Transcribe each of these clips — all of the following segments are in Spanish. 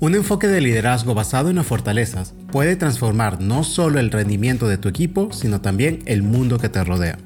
Un enfoque de liderazgo basado en las fortalezas puede transformar no solo el rendimiento de tu equipo, sino también el mundo que te rodea.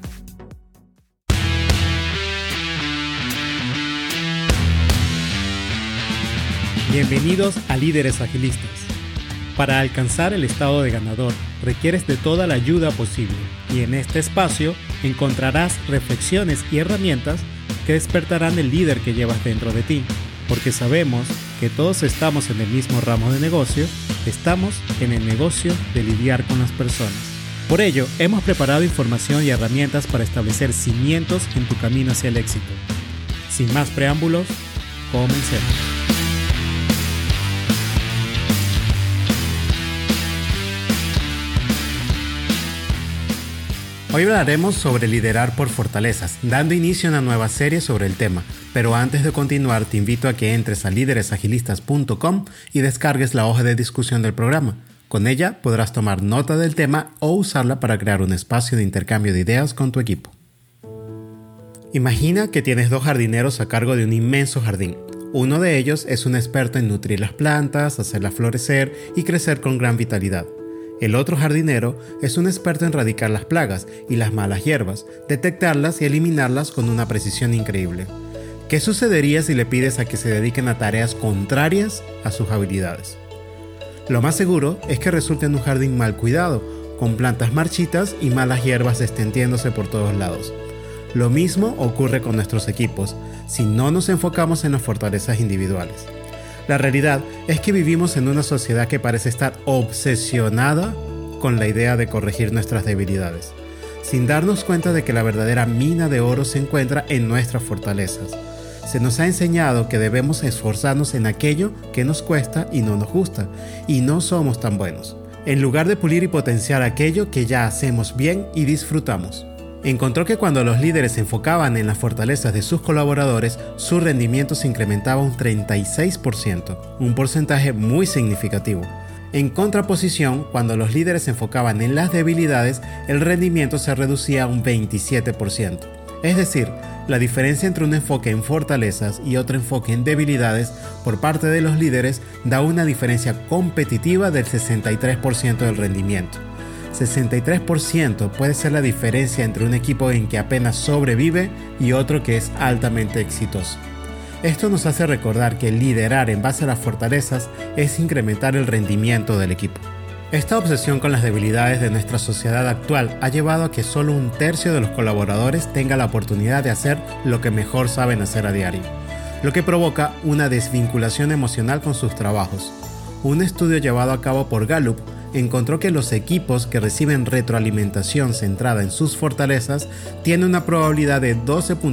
Bienvenidos a Líderes Agilistas. Para alcanzar el estado de ganador, requieres de toda la ayuda posible y en este espacio encontrarás reflexiones y herramientas que despertarán el líder que llevas dentro de ti, porque sabemos que todos estamos en el mismo ramo de negocio, estamos en el negocio de lidiar con las personas. Por ello, hemos preparado información y herramientas para establecer cimientos en tu camino hacia el éxito. Sin más preámbulos, comencemos. Hoy hablaremos sobre liderar por fortalezas, dando inicio a una nueva serie sobre el tema. Pero antes de continuar, te invito a que entres a lideresagilistas.com y descargues la hoja de discusión del programa. Con ella podrás tomar nota del tema o usarla para crear un espacio de intercambio de ideas con tu equipo. Imagina que tienes 2 jardineros a cargo de un inmenso jardín. Uno de ellos es un experto en nutrir las plantas, hacerlas florecer y crecer con gran vitalidad. El otro jardinero es un experto en erradicar las plagas y las malas hierbas, detectarlas y eliminarlas con una precisión increíble. ¿Qué sucedería si le pides a que se dediquen a tareas contrarias a sus habilidades? Lo más seguro es que resulte en un jardín mal cuidado, con plantas marchitas y malas hierbas extendiéndose por todos lados. Lo mismo ocurre con nuestros equipos, si no nos enfocamos en las fortalezas individuales. La realidad es que vivimos en una sociedad que parece estar obsesionada con la idea de corregir nuestras debilidades, sin darnos cuenta de que la verdadera mina de oro se encuentra en nuestras fortalezas. Se nos ha enseñado que debemos esforzarnos en aquello que nos cuesta y no nos gusta, y no somos tan buenos, en lugar de pulir y potenciar aquello que ya hacemos bien y disfrutamos. Encontró que cuando los líderes se enfocaban en las fortalezas de sus colaboradores, su rendimiento se incrementaba un 36%, un porcentaje muy significativo. En contraposición, cuando los líderes se enfocaban en las debilidades, el rendimiento se reducía a un 27%. Es decir, la diferencia entre un enfoque en fortalezas y otro enfoque en debilidades por parte de los líderes da una diferencia competitiva del 63% del rendimiento. 63% puede ser la diferencia entre un equipo en que apenas sobrevive y otro que es altamente exitoso. Esto nos hace recordar que liderar en base a las fortalezas es incrementar el rendimiento del equipo. Esta obsesión con las debilidades de nuestra sociedad actual ha llevado a que solo 1/3 de los colaboradores tenga la oportunidad de hacer lo que mejor saben hacer a diario, lo que provoca una desvinculación emocional con sus trabajos. Un estudio llevado a cabo por Gallup encontró que los equipos que reciben retroalimentación centrada en sus fortalezas tienen una probabilidad de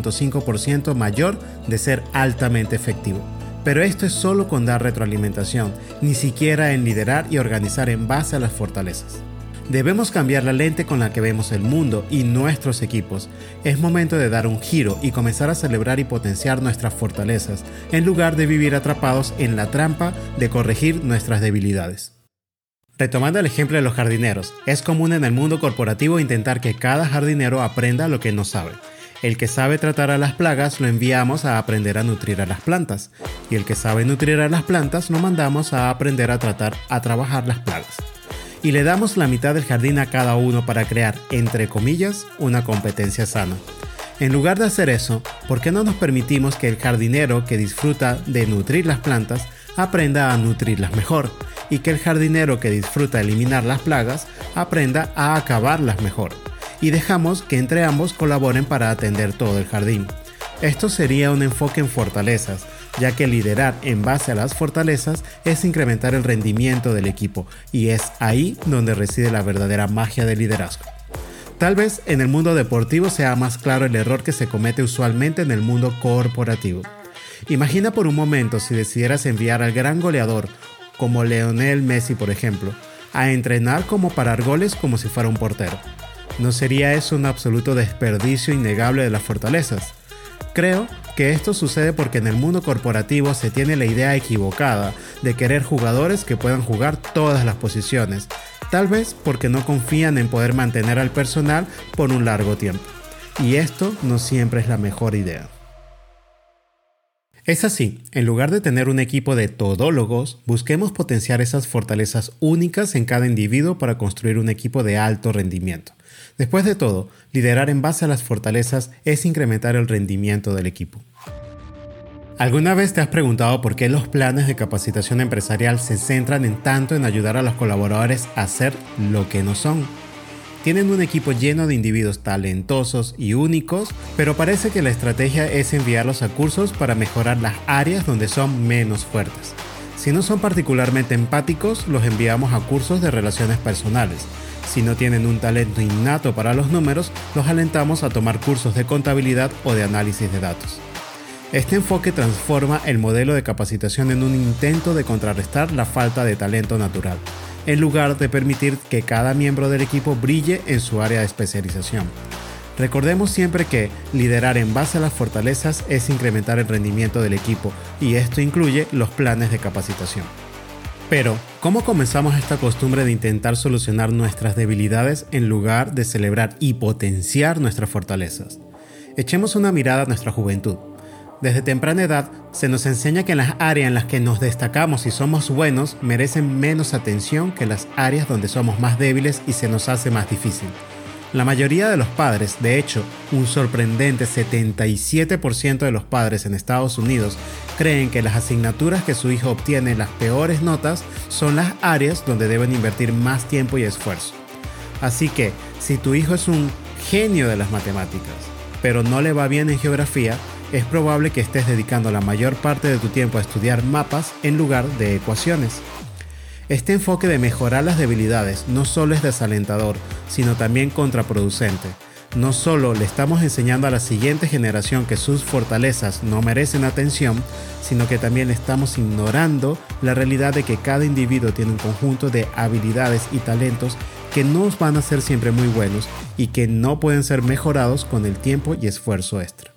12.5% mayor de ser altamente efectivo. Pero esto es solo con dar retroalimentación, ni siquiera en liderar y organizar en base a las fortalezas. Debemos cambiar la lente con la que vemos el mundo y nuestros equipos. Es momento de dar un giro y comenzar a celebrar y potenciar nuestras fortalezas, en lugar de vivir atrapados en la trampa de corregir nuestras debilidades. Retomando el ejemplo de los jardineros, es común en el mundo corporativo intentar que cada jardinero aprenda lo que no sabe. El que sabe tratar a las plagas lo enviamos a aprender a nutrir a las plantas, y el que sabe nutrir a las plantas lo mandamos a aprender a trabajar las plagas. Y le damos la mitad del jardín a cada uno para crear, entre comillas, una competencia sana. En lugar de hacer eso, ¿por qué no nos permitimos que el jardinero que disfruta de nutrir las plantas aprenda a nutrirlas mejor? Y que el jardinero que disfruta eliminar las plagas aprenda a acabarlas mejor. Y dejamos que entre ambos colaboren para atender todo el jardín. Esto sería un enfoque en fortalezas, ya que liderar en base a las fortalezas es incrementar el rendimiento del equipo, y es ahí donde reside la verdadera magia del liderazgo. Tal vez en el mundo deportivo sea más claro el error que se comete usualmente en el mundo corporativo. Imagina por un momento si decidieras enviar al gran goleador, como Lionel Messi por ejemplo, a entrenar como parar goles como si fuera un portero. ¿No sería eso un absoluto desperdicio innegable de las fortalezas? Creo que esto sucede porque en el mundo corporativo se tiene la idea equivocada de querer jugadores que puedan jugar todas las posiciones, tal vez porque no confían en poder mantener al personal por un largo tiempo. Y esto no siempre es la mejor idea. Es así, en lugar de tener un equipo de todólogos, busquemos potenciar esas fortalezas únicas en cada individuo para construir un equipo de alto rendimiento. Después de todo, liderar en base a las fortalezas es incrementar el rendimiento del equipo. ¿Alguna vez te has preguntado por qué los planes de capacitación empresarial se centran tanto en ayudar a los colaboradores a ser lo que no son? Tienen un equipo lleno de individuos talentosos y únicos, pero parece que la estrategia es enviarlos a cursos para mejorar las áreas donde son menos fuertes. Si no son particularmente empáticos, los enviamos a cursos de relaciones personales. Si no tienen un talento innato para los números, los alentamos a tomar cursos de contabilidad o de análisis de datos. Este enfoque transforma el modelo de capacitación en un intento de contrarrestar la falta de talento natural, en lugar de permitir que cada miembro del equipo brille en su área de especialización. Recordemos siempre que liderar en base a las fortalezas es incrementar el rendimiento del equipo, y esto incluye los planes de capacitación. Pero, ¿cómo comenzamos esta costumbre de intentar solucionar nuestras debilidades en lugar de celebrar y potenciar nuestras fortalezas? Echemos una mirada a nuestra juventud. Desde temprana edad se nos enseña que las áreas en las que nos destacamos y somos buenos merecen menos atención que las áreas donde somos más débiles y se nos hace más difícil. La mayoría de los padres, de hecho, un sorprendente 77% de los padres en Estados Unidos creen que las asignaturas que su hijo obtiene las peores notas son las áreas donde deben invertir más tiempo y esfuerzo. Así que, si tu hijo es un genio de las matemáticas, pero no le va bien en geografía, es probable que estés dedicando la mayor parte de tu tiempo a estudiar mapas en lugar de ecuaciones. Este enfoque de mejorar las debilidades no solo es desalentador, sino también contraproducente. No solo le estamos enseñando a la siguiente generación que sus fortalezas no merecen atención, sino que también estamos ignorando la realidad de que cada individuo tiene un conjunto de habilidades y talentos que no van a ser siempre muy buenos y que no pueden ser mejorados con el tiempo y esfuerzo extra.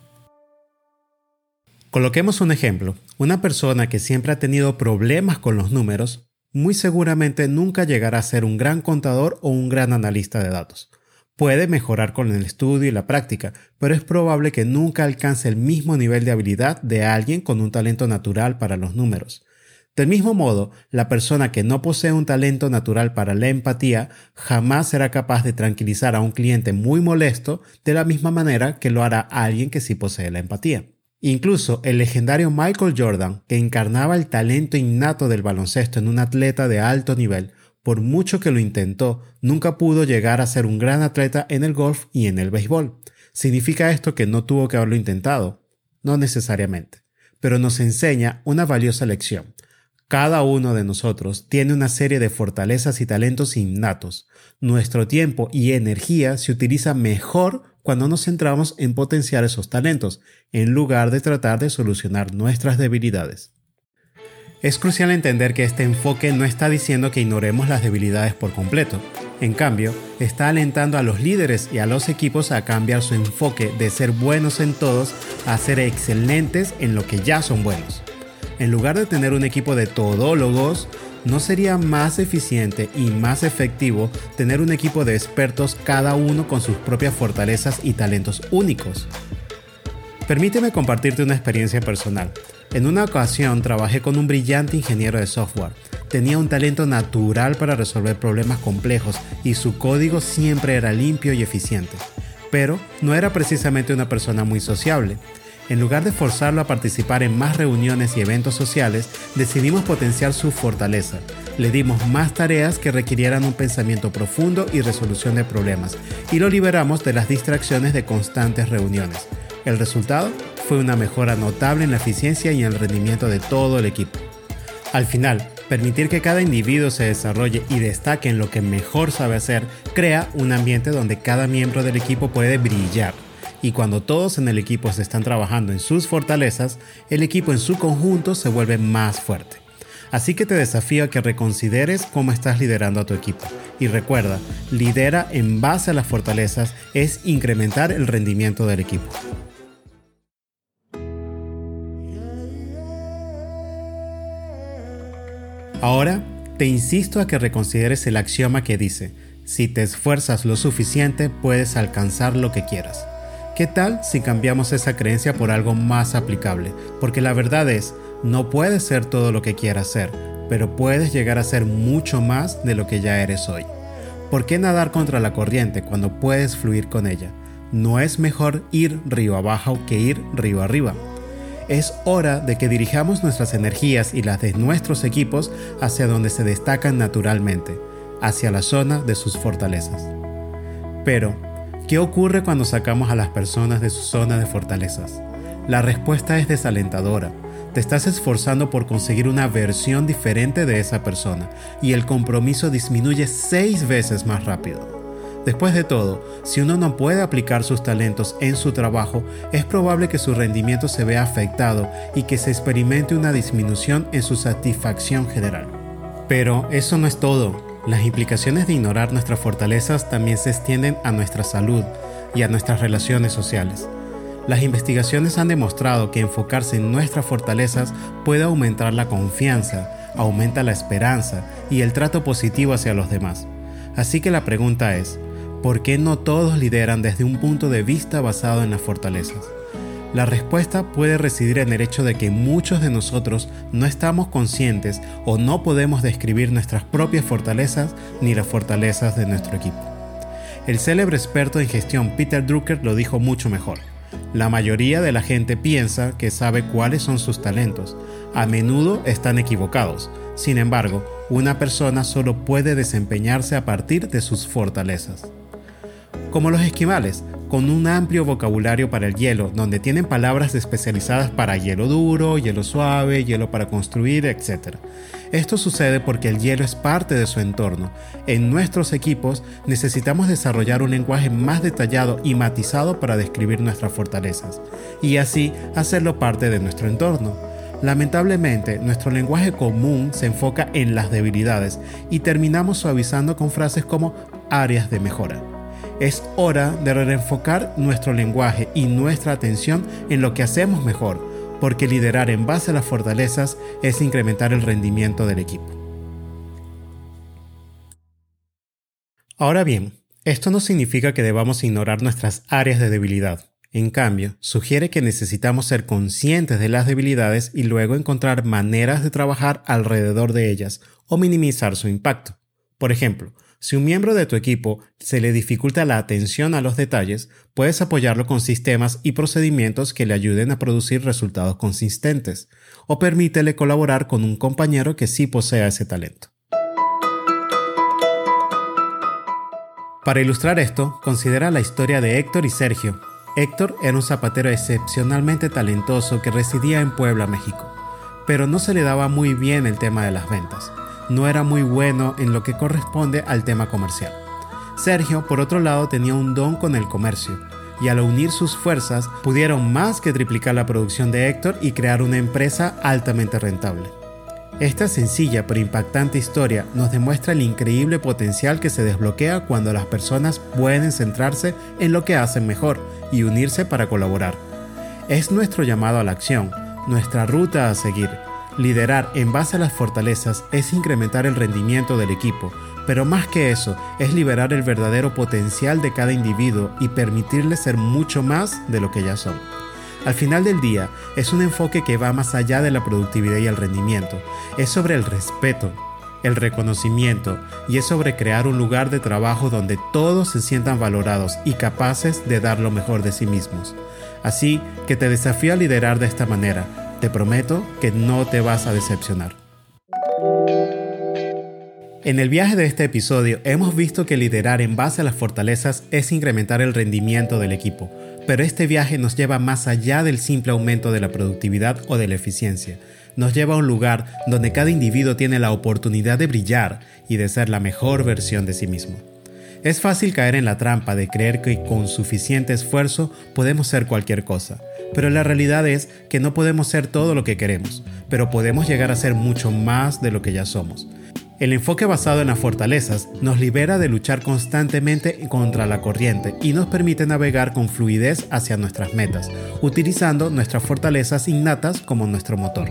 Coloquemos un ejemplo. Una persona que siempre ha tenido problemas con los números, muy seguramente nunca llegará a ser un gran contador o un gran analista de datos. Puede mejorar con el estudio y la práctica, pero es probable que nunca alcance el mismo nivel de habilidad de alguien con un talento natural para los números. Del mismo modo, la persona que no posee un talento natural para la empatía jamás será capaz de tranquilizar a un cliente muy molesto de la misma manera que lo hará alguien que sí posee la empatía. Incluso el legendario Michael Jordan, que encarnaba el talento innato del baloncesto en un atleta de alto nivel, por mucho que lo intentó, nunca pudo llegar a ser un gran atleta en el golf y en el béisbol. ¿Significa esto que no tuvo que haberlo intentado? No necesariamente, pero nos enseña una valiosa lección. Cada uno de nosotros tiene una serie de fortalezas y talentos innatos. Nuestro tiempo y energía se utiliza mejor cuando nos centramos en potenciar esos talentos, en lugar de tratar de solucionar nuestras debilidades. Es crucial entender que este enfoque no está diciendo que ignoremos las debilidades por completo. En cambio, está alentando a los líderes y a los equipos a cambiar su enfoque de ser buenos en todos a ser excelentes en lo que ya son buenos. En lugar de tener un equipo de todólogos, ¿no sería más eficiente y más efectivo tener un equipo de expertos cada uno con sus propias fortalezas y talentos únicos? Permíteme compartirte una experiencia personal. En una ocasión trabajé con un brillante ingeniero de software. Tenía un talento natural para resolver problemas complejos y su código siempre era limpio y eficiente. Pero no era precisamente una persona muy sociable. En lugar de forzarlo a participar en más reuniones y eventos sociales, decidimos potenciar su fortaleza. Le dimos más tareas que requirieran un pensamiento profundo y resolución de problemas, y lo liberamos de las distracciones de constantes reuniones. El resultado fue una mejora notable en la eficiencia y en el rendimiento de todo el equipo. Al final, permitir que cada individuo se desarrolle y destaque en lo que mejor sabe hacer, crea un ambiente donde cada miembro del equipo puede brillar. Y cuando todos en el equipo se están trabajando en sus fortalezas, el equipo en su conjunto se vuelve más fuerte. Así que te desafío a que reconsideres cómo estás liderando a tu equipo. Y recuerda, lidera en base a las fortalezas es incrementar el rendimiento del equipo. Ahora, te insisto a que reconsideres el axioma que dice: si te esfuerzas lo suficiente, puedes alcanzar lo que quieras. ¿Qué tal si cambiamos esa creencia por algo más aplicable? Porque la verdad es, no puedes ser todo lo que quieras ser, pero puedes llegar a ser mucho más de lo que ya eres hoy. ¿Por qué nadar contra la corriente cuando puedes fluir con ella? No es mejor ir río abajo que ir río arriba. Es hora de que dirijamos nuestras energías y las de nuestros equipos hacia donde se destacan naturalmente, hacia la zona de sus fortalezas. Pero, ¿qué ocurre cuando sacamos a las personas de su zona de fortalezas? La respuesta es desalentadora. Te estás esforzando por conseguir una versión diferente de esa persona y el compromiso disminuye 6 veces más rápido. Después de todo, si uno no puede aplicar sus talentos en su trabajo, es probable que su rendimiento se vea afectado y que se experimente una disminución en su satisfacción general. Pero eso no es todo. Las implicaciones de ignorar nuestras fortalezas también se extienden a nuestra salud y a nuestras relaciones sociales. Las investigaciones han demostrado que enfocarse en nuestras fortalezas puede aumentar la confianza, aumenta la esperanza y el trato positivo hacia los demás. Así que la pregunta es, ¿por qué no todos lideran desde un punto de vista basado en las fortalezas? La respuesta puede residir en el hecho de que muchos de nosotros no estamos conscientes o no podemos describir nuestras propias fortalezas ni las fortalezas de nuestro equipo. El célebre experto en gestión Peter Drucker lo dijo mucho mejor. La mayoría de la gente piensa que sabe cuáles son sus talentos. A menudo están equivocados. Sin embargo, una persona solo puede desempeñarse a partir de sus fortalezas. Como los esquimales, con un amplio vocabulario para el hielo, donde tienen palabras especializadas para hielo duro, hielo suave, hielo para construir, etc. Esto sucede porque el hielo es parte de su entorno. En nuestros equipos necesitamos desarrollar un lenguaje más detallado y matizado para describir nuestras fortalezas, y así hacerlo parte de nuestro entorno. Lamentablemente, nuestro lenguaje común se enfoca en las debilidades y terminamos suavizando con frases como áreas de mejora. Es hora de reenfocar nuestro lenguaje y nuestra atención en lo que hacemos mejor, porque liderar en base a las fortalezas es incrementar el rendimiento del equipo. Ahora bien, esto no significa que debamos ignorar nuestras áreas de debilidad. En cambio, sugiere que necesitamos ser conscientes de las debilidades y luego encontrar maneras de trabajar alrededor de ellas o minimizar su impacto. Por ejemplo, si un miembro de tu equipo se le dificulta la atención a los detalles, puedes apoyarlo con sistemas y procedimientos que le ayuden a producir resultados consistentes, o permítele colaborar con un compañero que sí posea ese talento. Para ilustrar esto, considera la historia de Héctor y Sergio. Héctor era un zapatero excepcionalmente talentoso que residía en Puebla, México, pero no se le daba muy bien el tema de las ventas. No era muy bueno en lo que corresponde al tema comercial. Sergio, por otro lado, tenía un don con el comercio, y al unir sus fuerzas, pudieron más que triplicar la producción de Héctor y crear una empresa altamente rentable. Esta sencilla pero impactante historia nos demuestra el increíble potencial que se desbloquea cuando las personas pueden centrarse en lo que hacen mejor y unirse para colaborar. Es nuestro llamado a la acción, nuestra ruta a seguir. Liderar en base a las fortalezas es incrementar el rendimiento del equipo, pero más que eso, es liberar el verdadero potencial de cada individuo y permitirle ser mucho más de lo que ya son. Al final del día, es un enfoque que va más allá de la productividad y el rendimiento. Es sobre el respeto, el reconocimiento y es sobre crear un lugar de trabajo donde todos se sientan valorados y capaces de dar lo mejor de sí mismos. Así que te desafío a liderar de esta manera. Te prometo que no te vas a decepcionar. En el viaje de este episodio hemos visto que liderar en base a las fortalezas es incrementar el rendimiento del equipo, pero este viaje nos lleva más allá del simple aumento de la productividad o de la eficiencia. Nos lleva a un lugar donde cada individuo tiene la oportunidad de brillar y de ser la mejor versión de sí mismo. Es fácil caer en la trampa de creer que con suficiente esfuerzo podemos ser cualquier cosa, pero la realidad es que no podemos ser todo lo que queremos, pero podemos llegar a ser mucho más de lo que ya somos. El enfoque basado en las fortalezas nos libera de luchar constantemente contra la corriente y nos permite navegar con fluidez hacia nuestras metas, utilizando nuestras fortalezas innatas como nuestro motor.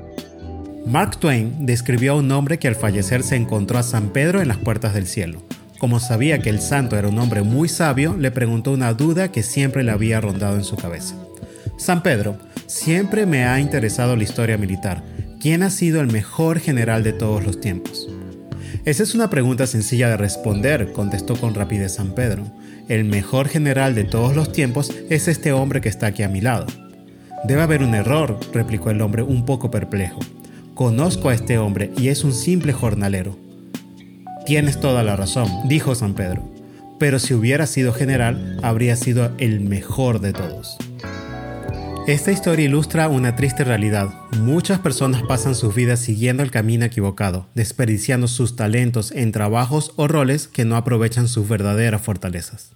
Mark Twain describió a un hombre que al fallecer se encontró a San Pedro en las puertas del cielo. Como sabía que el santo era un hombre muy sabio, le preguntó una duda que siempre le había rondado en su cabeza. San Pedro, siempre me ha interesado la historia militar. ¿Quién ha sido el mejor general de todos los tiempos? Esa es una pregunta sencilla de responder, contestó con rapidez San Pedro. El mejor general de todos los tiempos es este hombre que está aquí a mi lado. Debe haber un error, replicó el hombre un poco perplejo. Conozco a este hombre y es un simple jornalero. Tienes toda la razón, dijo San Pedro. Pero si hubiera sido general, habría sido el mejor de todos. Esta historia ilustra una triste realidad. Muchas personas pasan sus vidas siguiendo el camino equivocado, desperdiciando sus talentos en trabajos o roles que no aprovechan sus verdaderas fortalezas.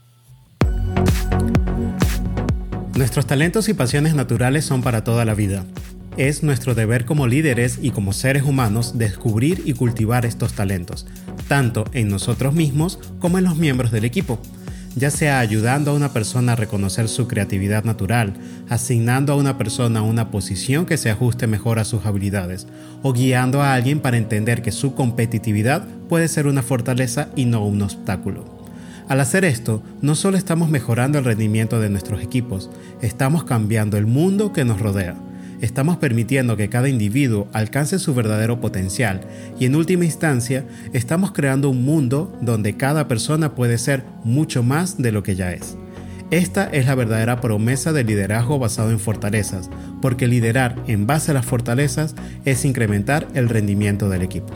Nuestros talentos y pasiones naturales son para toda la vida. Es nuestro deber como líderes y como seres humanos descubrir y cultivar estos talentos, tanto en nosotros mismos como en los miembros del equipo, ya sea ayudando a una persona a reconocer su creatividad natural, asignando a una persona una posición que se ajuste mejor a sus habilidades, o guiando a alguien para entender que su competitividad puede ser una fortaleza y no un obstáculo. Al hacer esto, no solo estamos mejorando el rendimiento de nuestros equipos, estamos cambiando el mundo que nos rodea. Estamos permitiendo que cada individuo alcance su verdadero potencial y en última instancia estamos creando un mundo donde cada persona puede ser mucho más de lo que ya es. Esta es la verdadera promesa del liderazgo basado en fortalezas, porque liderar en base a las fortalezas es incrementar el rendimiento del equipo.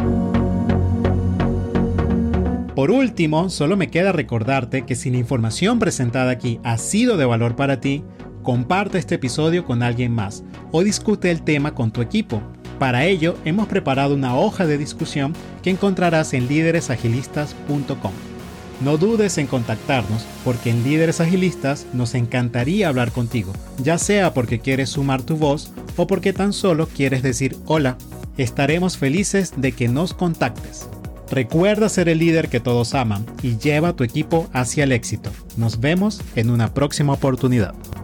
Por último, solo me queda recordarte que si la información presentada aquí ha sido de valor para ti, comparte este episodio con alguien más o discute el tema con tu equipo. Para ello, hemos preparado una hoja de discusión que encontrarás en líderesagilistas.com. No dudes en contactarnos porque en Líderes Agilistas nos encantaría hablar contigo, ya sea porque quieres sumar tu voz o porque tan solo quieres decir hola. Estaremos felices de que nos contactes. Recuerda ser el líder que todos aman y lleva a tu equipo hacia el éxito. Nos vemos en una próxima oportunidad.